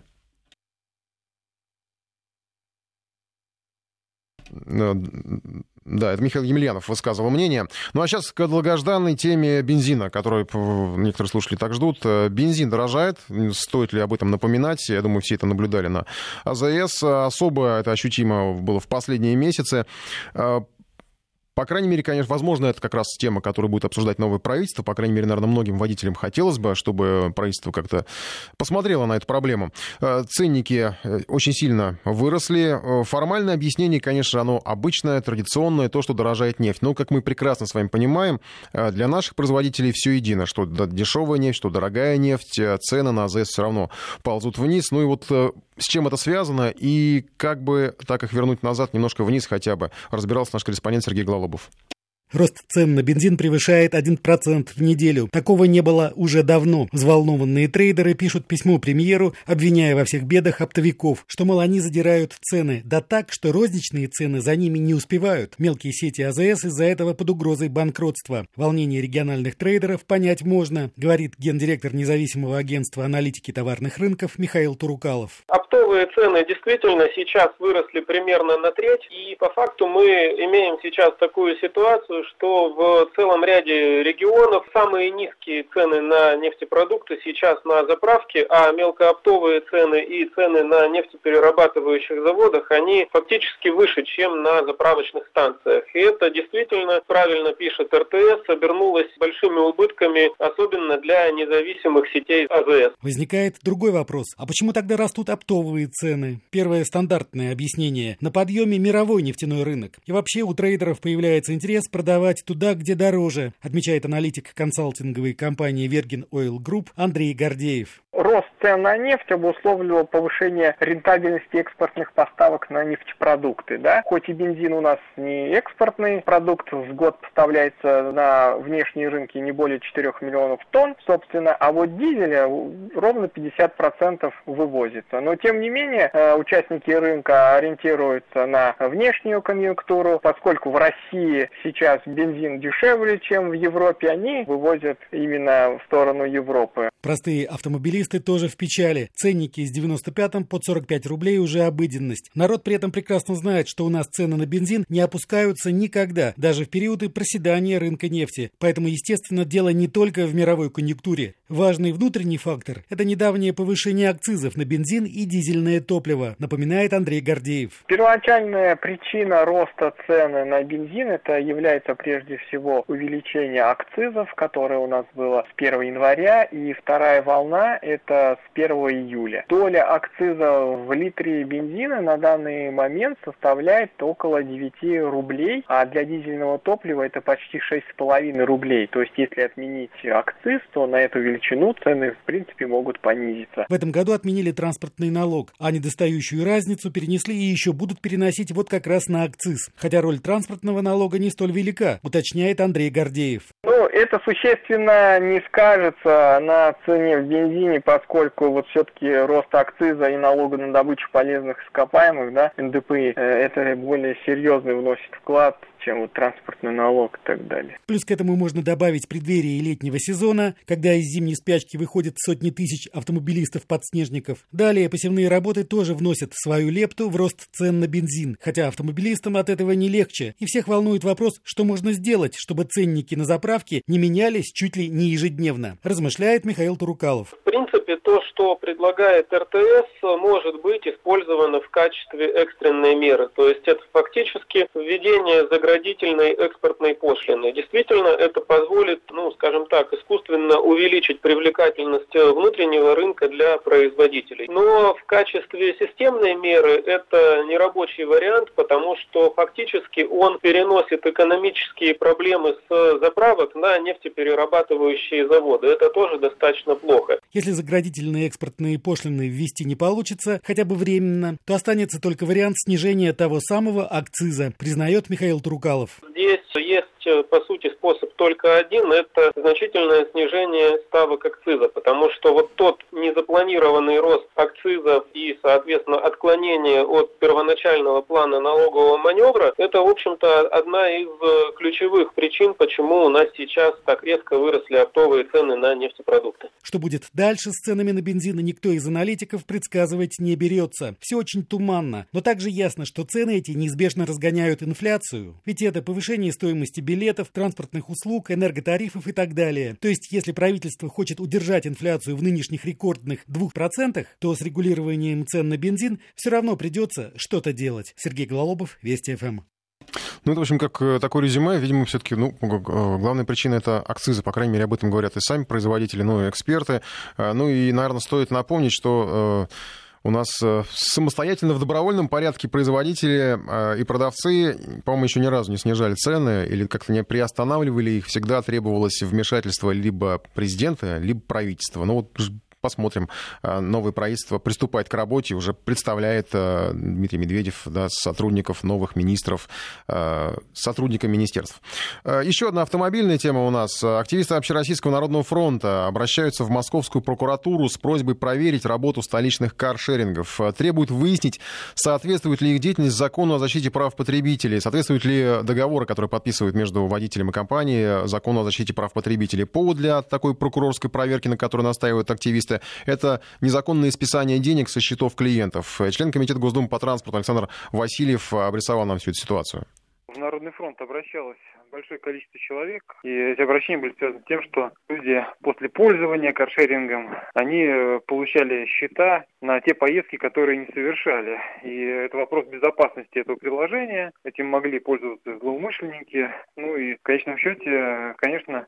Да, это Михаил Емельянов высказывал мнение. Ну а сейчас к долгожданной теме бензина, которую некоторые слушатели так ждут. Бензин дорожает, стоит ли об этом напоминать? Я думаю, все это наблюдали на АЗС. Особо это ощутимо было в последние месяцы. По крайней мере, конечно, возможно, это как раз тема, которую будет обсуждать новое правительство. По крайней мере, наверное, многим водителям хотелось бы, чтобы правительство как-то посмотрело на эту проблему. Ценники очень сильно выросли. Формальное объяснение, конечно, оно обычное, традиционное, то, что дорожает нефть. Но, как мы прекрасно с вами понимаем, для наших производителей все едино, что дешевая нефть, что дорогая нефть, цены на АЗС все равно ползут вниз. Ну и вот с чем это связано и как бы так их вернуть назад, немножко вниз хотя бы, разбирался наш корреспондент Сергей Глалобов. Рост цен на бензин превышает один процент в неделю. Такого не было уже давно. Взволнованные трейдеры пишут письмо премьеру, обвиняя во всех бедах оптовиков, что, мол, они задирают цены. Да так, что розничные цены за ними не успевают. Мелкие сети АЗС из-за этого под угрозой банкротства. Волнение региональных трейдеров понять можно, говорит гендиректор независимого агентства аналитики товарных рынков Михаил Турукалов. Оптовые цены действительно сейчас выросли примерно на треть. И по факту мы имеем сейчас такую ситуацию, что в целом ряде регионов самые низкие цены на нефтепродукты сейчас на заправке, а мелкооптовые цены и цены на нефтеперерабатывающих заводах, они фактически выше, чем на заправочных станциях. И это действительно, правильно пишет эр тэ эс, обернулось большими убытками, особенно для независимых сетей АЗС. Возникает другой вопрос. А почему тогда растут оптовые цены? Первое стандартное объяснение. На подъеме мировой нефтяной рынок. И вообще у трейдеров появляется интерес продавать продавать туда, где дороже, отмечает аналитик консалтинговой компании Virgin Oil Group Андрей Гордеев. Рост цен на нефть обусловливал повышение рентабельности экспортных поставок на нефтепродукты. Да? Хоть и бензин у нас не экспортный продукт, в год поставляется на внешние рынки не более четырёх миллионов тонн, собственно, а вот дизеля ровно пятьдесят процентов вывозится. Но, тем не менее, участники рынка ориентируются на внешнюю конъюнктуру, поскольку в России сейчас бензин дешевле, чем в Европе, они вывозят именно в сторону Европы. Простые автомобилисты тоже в печали. Ценники с девяносто пятым под сорок пять рублей уже обыденность. Народ при этом прекрасно знает, что у нас цены на бензин не опускаются никогда, даже в периоды проседания рынка нефти. Поэтому, естественно, дело не только в мировой конъюнктуре. Важный внутренний фактор – это недавнее повышение акцизов на бензин и дизельное топливо, напоминает Андрей Гордеев. Первоначальная причина роста цены на бензин – это является прежде всего увеличение акцизов, которое у нас было с первого января, и вторая волна – это с первого июля. Доля акциза в литре бензина на данный момент составляет около девяти рублей, а для дизельного топлива это почти шесть с половиной рублей. То есть, если отменить акциз, то на эту величину цены, в принципе, могут понизиться. В этом году отменили транспортный налог, а недостающую разницу перенесли и еще будут переносить вот как раз на акциз. Хотя роль транспортного налога не столь велика, уточняет Андрей Гордеев. Ну, это существенно не скажется на цене в бензине, поскольку вот все-таки рост акциза и налога на добычу полезных ископаемых, да, эн дэ пэ и, это более серьезный вносит вклад, чем вот транспортный налог и так далее. Плюс к этому можно добавить преддверие летнего сезона, когда из зимней спячки выходят сотни тысяч автомобилистов-подснежников. Далее посевные работы тоже вносят свою лепту в рост цен на бензин, хотя автомобилистам от этого не легче. И всех волнует вопрос, что можно сделать, чтобы ценники на заправке не менялись чуть ли не ежедневно, размышляет Михаил Турукалов. В принципе, то, что предлагает эр тэ эс, может быть использовано в качестве экстренной меры. То есть это фактически введение заградительной экспортной пошлины. Действительно, это позволит, ну, скажем так, искусственно увеличить привлекательность внутреннего рынка для производителей. Но в качестве системной меры это нерабочий вариант, потому что фактически он переносит экономические проблемы с заправок на нефтеперерабатывающие заводы. Это тоже достаточно плохо. Если заградительные экспортные пошлины ввести не получится, хотя бы временно, то останется только вариант снижения того самого акциза, признает Михаил Турукалов. Здесь есть, по сути, способ только один – это значительное снижение ставок акциза, потому что вот тот незапланированный рост акцизов и, соответственно, отклонение от первоначального плана налогового маневра – это, в общем-то, одна из ключевых причин, почему у нас сейчас так резко выросли оптовые цены на нефтепродукты. Что будет дальше с ценами на бензин, никто из аналитиков предсказывать не берется. Все очень туманно, но также ясно, что цены эти неизбежно разгоняют инфляцию. Ведь это повышение стоимости билетов, транспортных услуг, энерготарифов и так далее. То есть, если правительство хочет удержать инфляцию в нынешних рекордных двух процентах, то с регулированием цен на бензин все равно придется что-то делать. Сергей Гололобов, Вести эф эм. Ну, это, в общем, как такое резюме, видимо, все-таки, ну, главная причина — это акцизы, по крайней мере, об этом говорят и сами производители, ну, и эксперты. Ну, и, наверное, стоит напомнить, что у нас самостоятельно в добровольном порядке производители и продавцы, по-моему, еще ни разу не снижали цены или как-то не приостанавливали их. Всегда требовалось вмешательство либо президента, либо правительства. Ну, вот посмотрим. Новое правительство приступает к работе, уже представляет Дмитрий Медведев, да, сотрудников, новых министров, сотрудников министерств. Еще одна автомобильная тема у нас. Активисты Общероссийского народного фронта обращаются в Московскую прокуратуру с просьбой проверить работу столичных каршерингов. Требуют выяснить, соответствует ли их деятельность закону о защите прав потребителей, соответствуют ли договоры, которые подписывают между водителем и компанией, закону о защите прав потребителей. Повод для такой прокурорской проверки, на которой настаивают активисты, это незаконное списание денег со счетов клиентов. Член комитета Госдумы по транспорту Александр Васильев обрисовал нам всю эту ситуацию. В Народный фронт обращалось большое количество человек, и эти обращения были связаны с тем, что люди после пользования каршерингом, они получали счета на те поездки, которые не совершали. И это вопрос безопасности этого приложения, этим могли пользоваться злоумышленники. Ну и в конечном счете, конечно,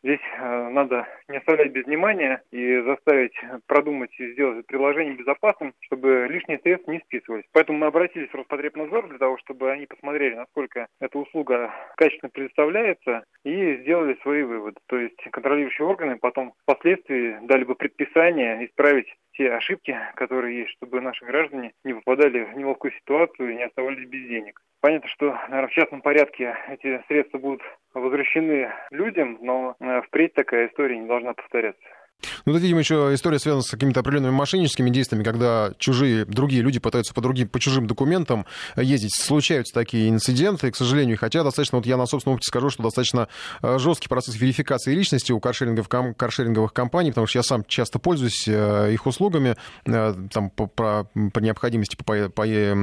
здесь э, надо не оставлять без внимания и заставить продумать и сделать приложение безопасным, чтобы лишние средства не списывались. Поэтому мы обратились в Роспотребнадзор для того, чтобы они посмотрели, насколько эта услуга качественно предоставляется, и сделали свои выводы. То есть контролирующие органы потом впоследствии дали бы предписание исправить те ошибки, которые есть, чтобы наши граждане не попадали в неловкую ситуацию и не оставались без денег. Понятно, что, наверное, в частном порядке эти средства будут возвращены людям, но впредь такая история не должна повторяться. Ну, тут, видимо, еще история связана с какими-то определенными мошенническими действиями, когда чужие, другие люди пытаются по другим, по чужим документам ездить. Случаются такие инциденты, к сожалению, хотя достаточно, вот я на собственном опыте скажу, что достаточно жесткий процесс верификации личности у каршерингов, каршеринговых компаний, потому что я сам часто пользуюсь их услугами, там, по, по, по необходимости по, по,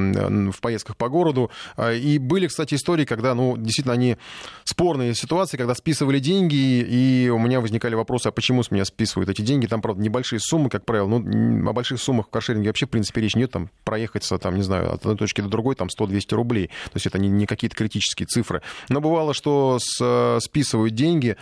в поездках по городу. И были, кстати, истории, когда, ну, действительно, они спорные ситуации, когда списывали деньги, и у меня возникали вопросы, а почему с меня списывают эти деньги, там, правда, небольшие суммы, как правило, ну, о больших суммах в каршеринге вообще, в принципе, речь нет, там, проехаться, там, не знаю, от одной точки до другой, там, сто-двести рублей, то есть это не, не какие-то критические цифры, но бывало, что с, списывают деньги,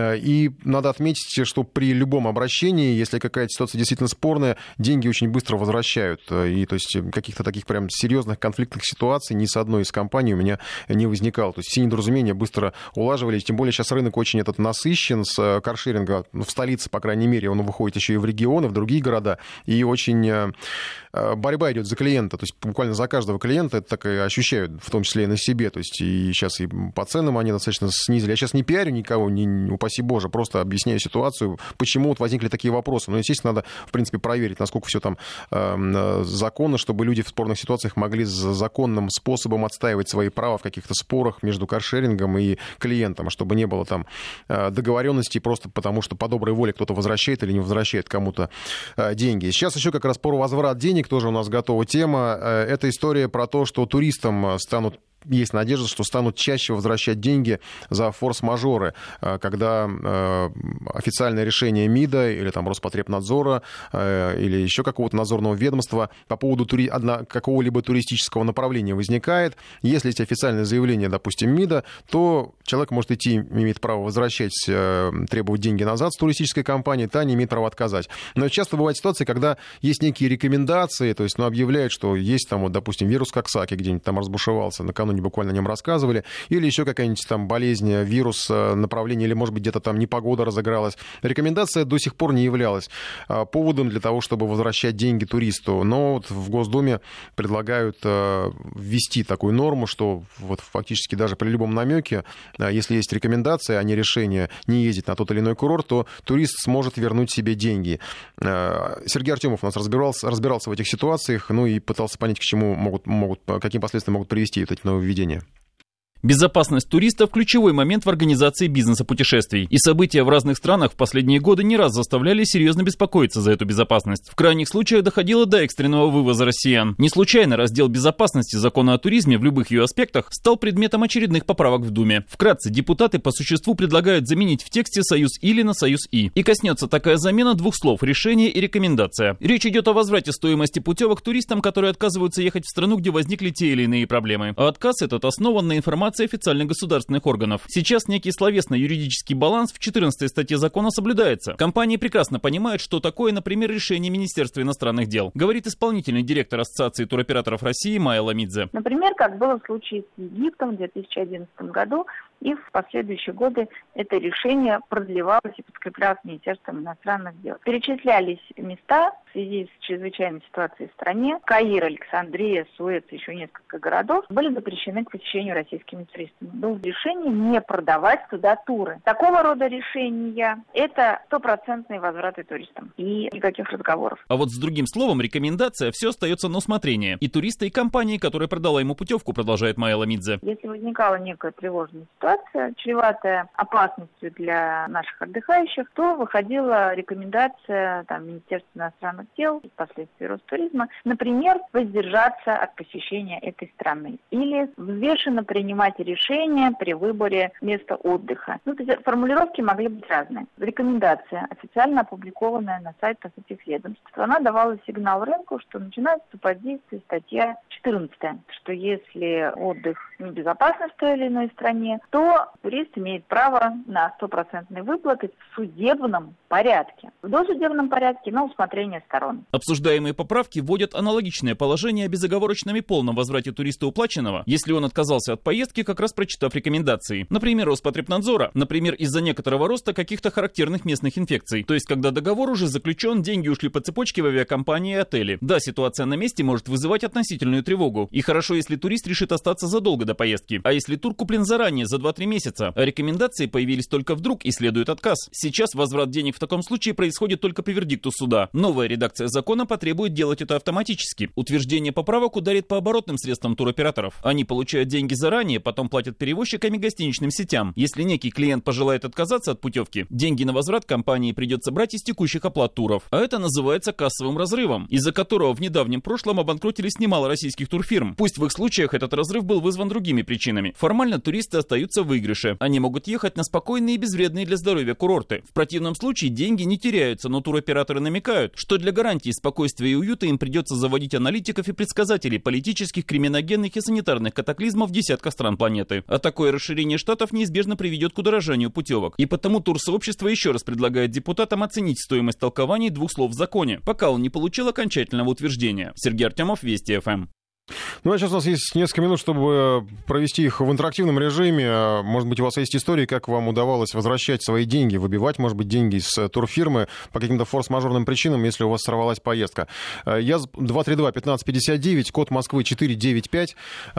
и надо отметить, что при любом обращении, если какая-то ситуация действительно спорная, деньги очень быстро возвращают, и, то есть, каких-то таких прям серьезных конфликтных ситуаций ни с одной из компаний у меня не возникало, то есть все недоразумения быстро улаживались, тем более сейчас рынок очень этот насыщен с каршеринга, в столице, по крайней мере, он выходит еще и в регионы, в другие города, и очень борьба идет за клиента, то есть буквально за каждого клиента, это так и ощущают, в том числе и на себе, то есть и сейчас и по ценам они достаточно снизили. Я сейчас не пиарю никого, не, упаси боже, просто объясняю ситуацию, почему вот возникли такие вопросы. Но, естественно, надо, в принципе, проверить, насколько все там э, законно, чтобы люди в спорных ситуациях могли законным способом отстаивать свои права в каких-то спорах между каршерингом и клиентом, а чтобы не было там договоренностей просто потому, что по доброй воле кто-то возвращает или не возвращает кому-то деньги. Сейчас еще как раз про возврат денег тоже у нас готова тема. Это история про то, что туристам станут есть надежда, что станут чаще возвращать деньги за форс-мажоры, когда э, официальное решение МИДа или там Роспотребнадзора э, или еще какого-то надзорного ведомства по поводу тури... одно... какого-либо туристического направления возникает. Если есть официальное заявление, допустим, МИДа, то человек может идти, имеет право возвращать, э, требовать деньги назад с туристической компании, та не имеет права отказать. Но часто бывают ситуации, когда есть некие рекомендации, то есть ну, объявляют, что есть там, вот, допустим, вирус Коксаки где-нибудь там разбушевался, накануне буквально о нем рассказывали, или еще какая-нибудь там болезнь, вирус, направление, или, может быть, где-то там непогода разыгралась. Рекомендация до сих пор не являлась поводом для того, чтобы возвращать деньги туристу. Но вот в Госдуме предлагают ввести такую норму, что вот фактически даже при любом намеке, если есть рекомендация, а не решение не ездить на тот или иной курорт, то турист сможет вернуть себе деньги. Сергей Артемов у нас разбирался, разбирался в этих ситуациях, ну и пытался понять, к чему могут, могут, каким последствиям могут привести вот эти нововведения. Безопасность туристов – ключевой момент в организации бизнеса путешествий. И события в разных странах в последние годы не раз заставляли серьезно беспокоиться за эту безопасность. В крайних случаях доходило до экстренного вывоза россиян. Не случайно раздел безопасности закона о туризме в любых ее аспектах стал предметом очередных поправок в Думе. Вкратце, депутаты по существу предлагают заменить в тексте союз «или» на союз «и». И коснется такая замена двух слов – решение и рекомендация. Речь идет о возврате стоимости путевок туристам, которые отказываются ехать в страну, где возникли те или иные проблемы. А отказ этот основан на информации официальных государственных органов. Сейчас некий словесно-юридический баланс в четырнадцатой статье закона соблюдается. Компании прекрасно понимают, что такое, например, решение Министерства иностранных дел, говорит исполнительный директор Ассоциации туроператоров России Майя Ламидзе. Например, как было в случае с Египтом в две тысячи одиннадцатом году, и в последующие годы это решение продлевалось и подкреплялось Министерством иностранных дел. Перечислялись места в связи с чрезвычайной ситуацией в стране. Каир, Александрия, Суэц, еще несколько городов были запрещены к посещению российскими туристами. Было решение не продавать туда туры. Такого рода решения – это стопроцентные возвраты туристам. И никаких разговоров. А вот с другим словом, рекомендация, все остается на усмотрение. И туриста, и компании, которая продала ему путевку, продолжает Майя Ламидзе. Если возникала некая тревожная ситуация, чреватая опасностью для наших отдыхающих, то выходила рекомендация там, Министерства иностранных дел и впоследствии Ростуризма, например, воздержаться от посещения этой страны или взвешенно принимать решения при выборе места отдыха. Ну, то есть формулировки могли быть разные. Рекомендация, официально опубликованная на сайтах этих ведомств, она давала сигнал рынку, что начинает вступать в действие статья четырнадцатая, что если отдых небезопасны в той или иной стране, то турист имеет право на стопроцентные выплаты в судебном порядке. В досудебном порядке на усмотрение сторон. Обсуждаемые поправки вводят аналогичное положение о безоговорочном и полном возврате туриста уплаченного, если он отказался от поездки, как раз прочитав рекомендации. Например, Роспотребнадзора, например, из-за некоторого роста каких-то характерных местных инфекций. То есть, когда договор уже заключен, деньги ушли по цепочке в авиакомпании и отели. Да, ситуация на месте может вызывать относительную тревогу. И хорошо, если турист решит остаться задолго до поездки. А если тур куплен заранее, за два-три месяца, а рекомендации появились только вдруг и следует отказ. Сейчас возврат денег в таком случае происходит только по вердикту суда. Новая редакция закона потребует делать это автоматически. Утверждение поправок ударит по оборотным средствам туроператоров. Они получают деньги заранее, потом платят перевозчикам и гостиничным сетям. Если некий клиент пожелает отказаться от путевки, деньги на возврат компании придется брать из текущих оплат туров. А это называется кассовым разрывом, из-за которого в недавнем прошлом обанкротились немало российских турфирм. Пусть в их случаях этот разрыв был вызван другими причинами. Формально туристы остаются в выигрыше. Они могут ехать на спокойные и безвредные для здоровья курорты. В противном случае деньги не теряются, но туроператоры намекают, что для гарантии спокойствия и уюта им придется заводить аналитиков и предсказателей политических, криминогенных и санитарных катаклизмов в десятках стран планеты. А такое расширение штатов неизбежно приведет к удорожанию путевок. И потому турсообщество еще раз предлагает депутатам оценить стоимость толкований двух слов в законе, пока он не получил окончательного утверждения. Сергей Артемов, Вести эф эм. Ну, а сейчас у нас есть несколько минут, чтобы провести их в интерактивном режиме. Может быть, у вас есть истории, как вам удавалось возвращать свои деньги, выбивать, может быть, деньги из турфирмы по каким-то форс-мажорным причинам, если у вас сорвалась поездка. Я два три два пятнадцать пятьдесят девять, код Москвы четыре девять пять.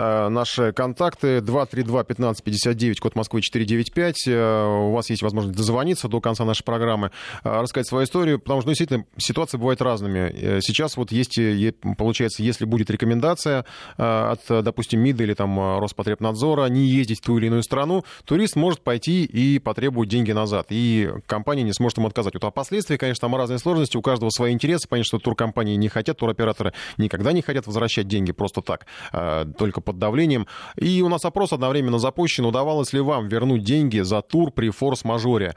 Наши контакты два три два пятнадцать пятьдесят девять, код Москвы четыре девять пять. У вас есть возможность дозвониться до конца нашей программы, рассказать свою историю, потому что, ну, действительно, ситуации бывают разными. Сейчас вот есть, получается, если будет рекомендация от, допустим, МИДа или там Роспотребнадзора не ездить в ту или иную страну, турист может пойти и потребовать деньги назад, и компания не сможет ему отказать. Вот, а последствия, конечно, там разные сложности, у каждого свои интересы. Понятно, что туркомпании не хотят, туроператоры никогда не хотят возвращать деньги просто так, только под давлением. И у нас опрос одновременно запущен. Удавалось ли вам вернуть деньги за тур при форс-мажоре?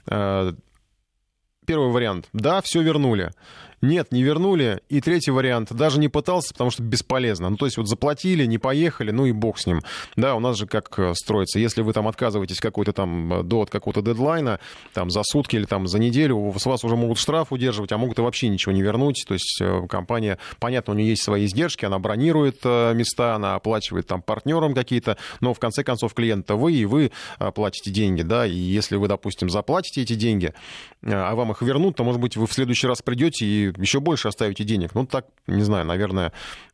Первый вариант. Да, все вернули. Нет, не вернули. И третий вариант. Даже не пытался, потому что бесполезно. Ну, то есть вот заплатили, не поехали, ну и бог с ним. Да, у нас же как строится. Если вы там отказываетесь какой-то там до от какого-то дедлайна, там за сутки или там за неделю, с вас уже могут штраф удерживать, а могут и вообще ничего не вернуть. То есть компания, понятно, у нее есть свои издержки, она бронирует места, она оплачивает там партнерам какие-то, но в конце концов клиент-то вы, и вы платите деньги, да, и если вы, допустим, заплатите эти деньги, а вам их вернут, то, может быть, вы в следующий раз придете и еще больше оставите денег. Ну, так, не знаю, наверное,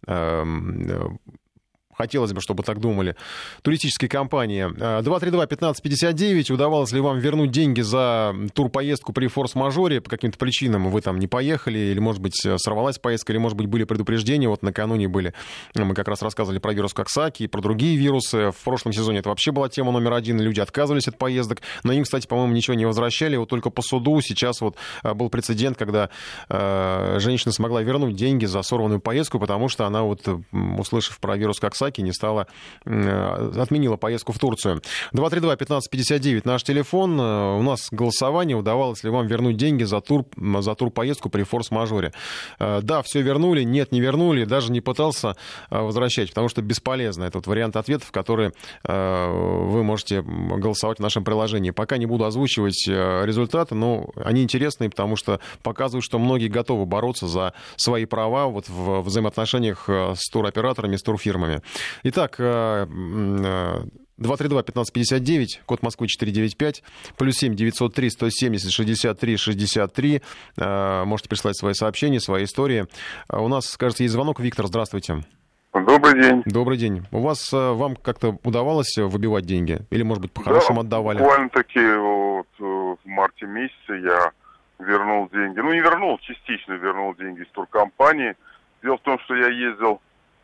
хотелось бы, чтобы так думали туристические компании. два три два пятнадцать пятьдесят девять. Удавалось ли вам вернуть деньги за турпоездку при форс-мажоре? По каким-то причинам вы там не поехали, или, может быть, сорвалась поездка, или, может быть, были предупреждения. Вот накануне были, мы как раз рассказывали про вирус Коксаки и про другие вирусы. В прошлом сезоне это вообще была тема номер один. Люди отказывались от поездок, но им, кстати, по-моему, ничего не возвращали. Вот только по суду сейчас вот был прецедент, когда э, женщина смогла вернуть деньги за сорванную поездку, потому что она, вот, услышав про вирус Коксаки, не стала, отменила поездку в Турцию. два три два пятнадцать пятьдесят девять наш телефон. У нас голосование. Удавалось ли вам вернуть деньги за тур, за турпоездку при форс-мажоре? Да, все вернули. Нет, не вернули. Даже не пытался возвращать, потому что бесполезно. Это вот вариант ответов, которые вы можете голосовать в нашем приложении. Пока не буду озвучивать результаты, но они интересные, потому что показывают, что многие готовы бороться за свои права вот в взаимоотношениях с туроператорами, с турфирмами. Итак, два три два пятнадцать пятьдесят девять, код Москвы четыре девять пять, плюс семь девятьсот три сто семьдесят шестьдесят три шестьдесят три. Можете прислать свои сообщения, свои истории. У нас, кажется, есть звонок. Виктор, здравствуйте. Добрый день. Добрый день. У вас, вам как-то удавалось выбивать деньги? Или, может быть, по-хорошему да, отдавали? Буквально-таки вот в марте месяце я вернул деньги. Ну, не вернул, частично вернул деньги из туркомпании. Дело в том, что я ездил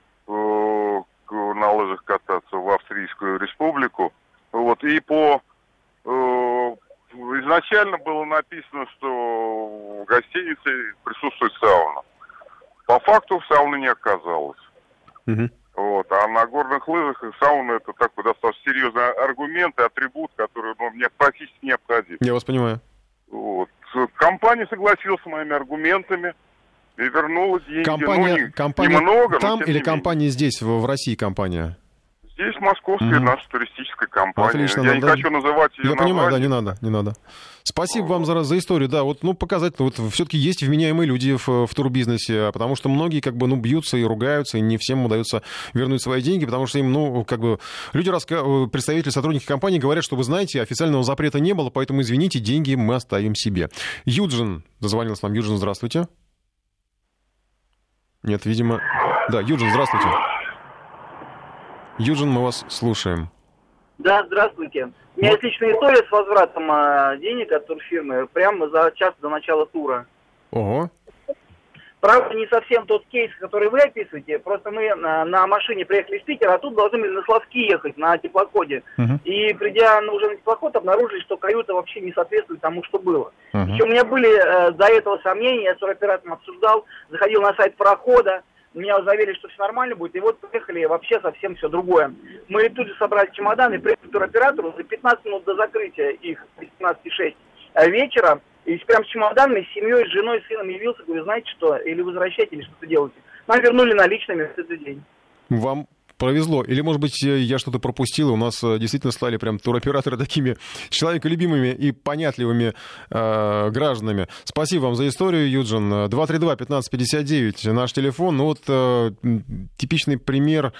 на лыжах кататься в Австрийскую республику. Вот, и по... Э, изначально было написано, что в гостинице присутствует сауна. По факту сауны не оказалось. Угу. Вот, а на горных лыжах сауна — это такой достаточно серьезный аргумент и атрибут, который, ну, мне практически необходим. Я вас понимаю. Вот. Компания согласилась с моими аргументами и вернула деньги. Компания, ну, не, компания немного, там но, или не компания здесь, в, в России компания? Здесь Есть московская Мгм. наша туристическая компания. Отлично, Я да, не да. хочу называть ее Я понимаю, да, название. не надо, не надо. Спасибо вам за, за историю. Да, вот, ну, показательно, вот все-таки есть вменяемые люди в, в турбизнесе, потому что многие, как бы, ну, бьются и ругаются, и не всем удается вернуть свои деньги, потому что им, ну, как бы, люди, раска... представители, сотрудники компании говорят, что, вы знаете, официального запрета не было, поэтому, извините, деньги мы оставим себе. Юджин дозвонился нам. Юджин, здравствуйте. Нет, видимо... Да, Юджин, здравствуйте. Юджин, мы вас слушаем. Да, здравствуйте. У меня есть личная история с возвратом а, денег от турфирмы прямо за час до начала тура. Ого. Правда, не совсем тот кейс, который вы описываете. Просто мы на, на машине приехали из Питера, а тут должны были на Славки ехать, на теплоходе. Uh-huh. И придя ну, уже на теплоход, обнаружили, что каюта вообще не соответствует тому, что было. Uh-huh. Причем у меня были э, до этого сомнения, я с туроператором обсуждал, заходил на сайт парохода, меня заверили, что все нормально будет, и вот приехали вообще совсем все другое. Мы тут же собрали чемоданы, приехали к туроператору за пятнадцать минут до закрытия их, пятнадцать шесть вечера, и прям с чемоданами, с семьей, с женой, с сыном явился, говорю, знаете что, или возвращайте, или что-то делаете. Нам вернули наличными в этот день. Вам повезло. Или, может быть, я что-то пропустил, у нас действительно стали прям туроператоры такими человеколюбимыми и понятливыми э, гражданами. Спасибо вам за историю, Юджин. два три два пятнадцать пятьдесят девять наш телефон. Ну вот э, типичный пример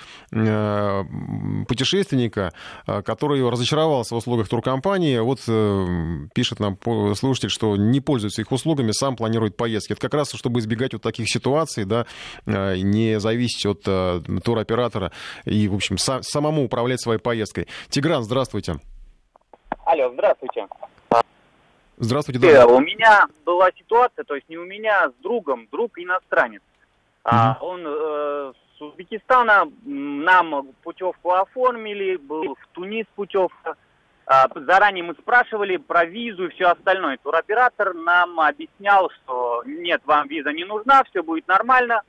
э, путешественника, э, который разочаровался в услугах туркомпании. Вот э, пишет нам слушатель, что не пользуется их услугами, сам планирует поездки. Это как раз, чтобы избегать вот таких ситуаций, да, э, не зависеть от э, туроператора и, в общем, са- самому управлять своей поездкой. Тигран, здравствуйте. Алло, здравствуйте. Здравствуйте. Да. У меня была ситуация, то есть не у меня, с другом, друг иностранец. Mm-hmm. А, он э, с Узбекистана, нам путевку оформили, был в Тунис путевка. А, заранее мы спрашивали про визу и все остальное. Туроператор нам объяснял, что нет, вам виза не нужна, все будет нормально.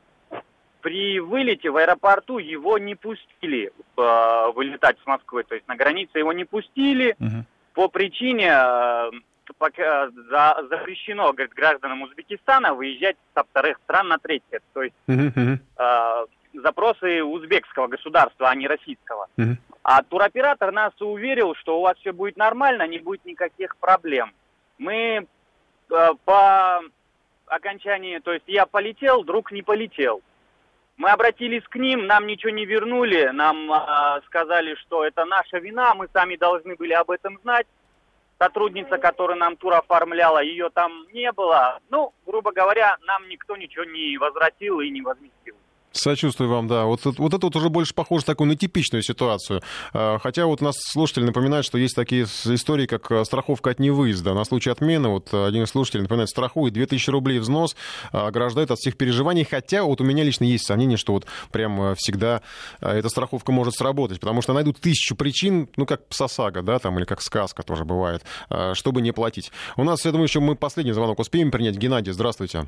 При вылете в аэропорту его не пустили э, вылетать с Москвы, то есть на границе его не пустили uh-huh. по причине э, пока, за, запрещено, говорит, гражданам Узбекистана выезжать со вторых стран на третье, то есть uh-huh. э, запросы узбекского государства, а не российского. Uh-huh. А туроператор нас уверил, что у вас все будет нормально, не будет никаких проблем. Мы э, по окончании, то есть я полетел, друг не полетел. Мы обратились к ним, нам ничего не вернули, нам э, сказали, что это наша вина, мы сами должны были об этом знать. Сотрудница, которая нам тур оформляла, ее там не было. Ну, грубо говоря, нам никто ничего не возвратил и не возместил. Сочувствую вам, да. Вот, вот это вот уже больше похоже такую на типичную ситуацию. Хотя вот нас слушатели напоминают, что есть такие истории, как страховка от невыезда. На случай отмены, вот один из слушателей напоминает, страхует две тысячи рублей взнос, ограждает от всех переживаний. Хотя вот у меня лично есть сомнение, что вот прям всегда эта страховка может сработать, потому что найдут тысячу причин, ну как пса-сага, да, там, или как сказка тоже бывает, чтобы не платить. У нас, я думаю, еще мы последний звонок успеем принять. Геннадий, здравствуйте.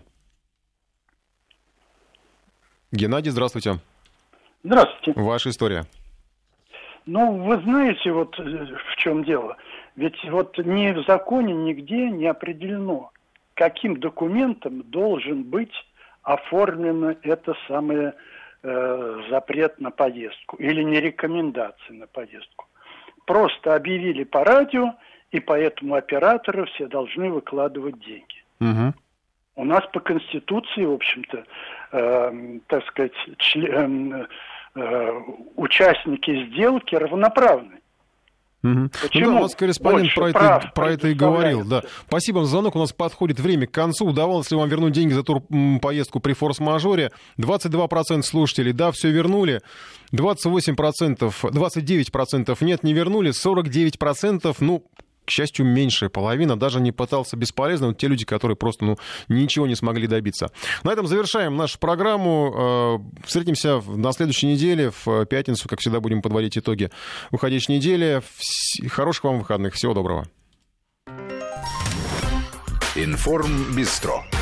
Геннадий, здравствуйте. Здравствуйте. Ваша история. Ну, вы знаете, вот в чем дело. Ведь вот ни в законе, нигде не определено, каким документом должен быть оформлено это самое э, запрет на поездку или не рекомендация на поездку. Просто объявили по радио, и поэтому операторы все должны выкладывать деньги. Угу. У нас по Конституции, в общем-то, э, так сказать, член, э, участники сделки равноправны. Угу. Почему? Ну, да, у нас корреспондент про это, про это и говорил. Да. Спасибо за звонок. У нас подходит время к концу. Удавалось ли вам вернуть деньги за турпоездку при форс-мажоре? двадцать два процента слушателей, да, все вернули. двадцать восемь процентов, двадцать девять процентов нет, не вернули. сорок девять процентов, ну, к счастью, меньшая половина, даже не пытался, бесполезно. Вот те люди, которые просто, ну, ничего не смогли добиться. На этом завершаем нашу программу. Встретимся на следующей неделе, в пятницу, как всегда, будем подводить итоги уходящей недели. Хороших вам выходных, всего доброго. Информбистро.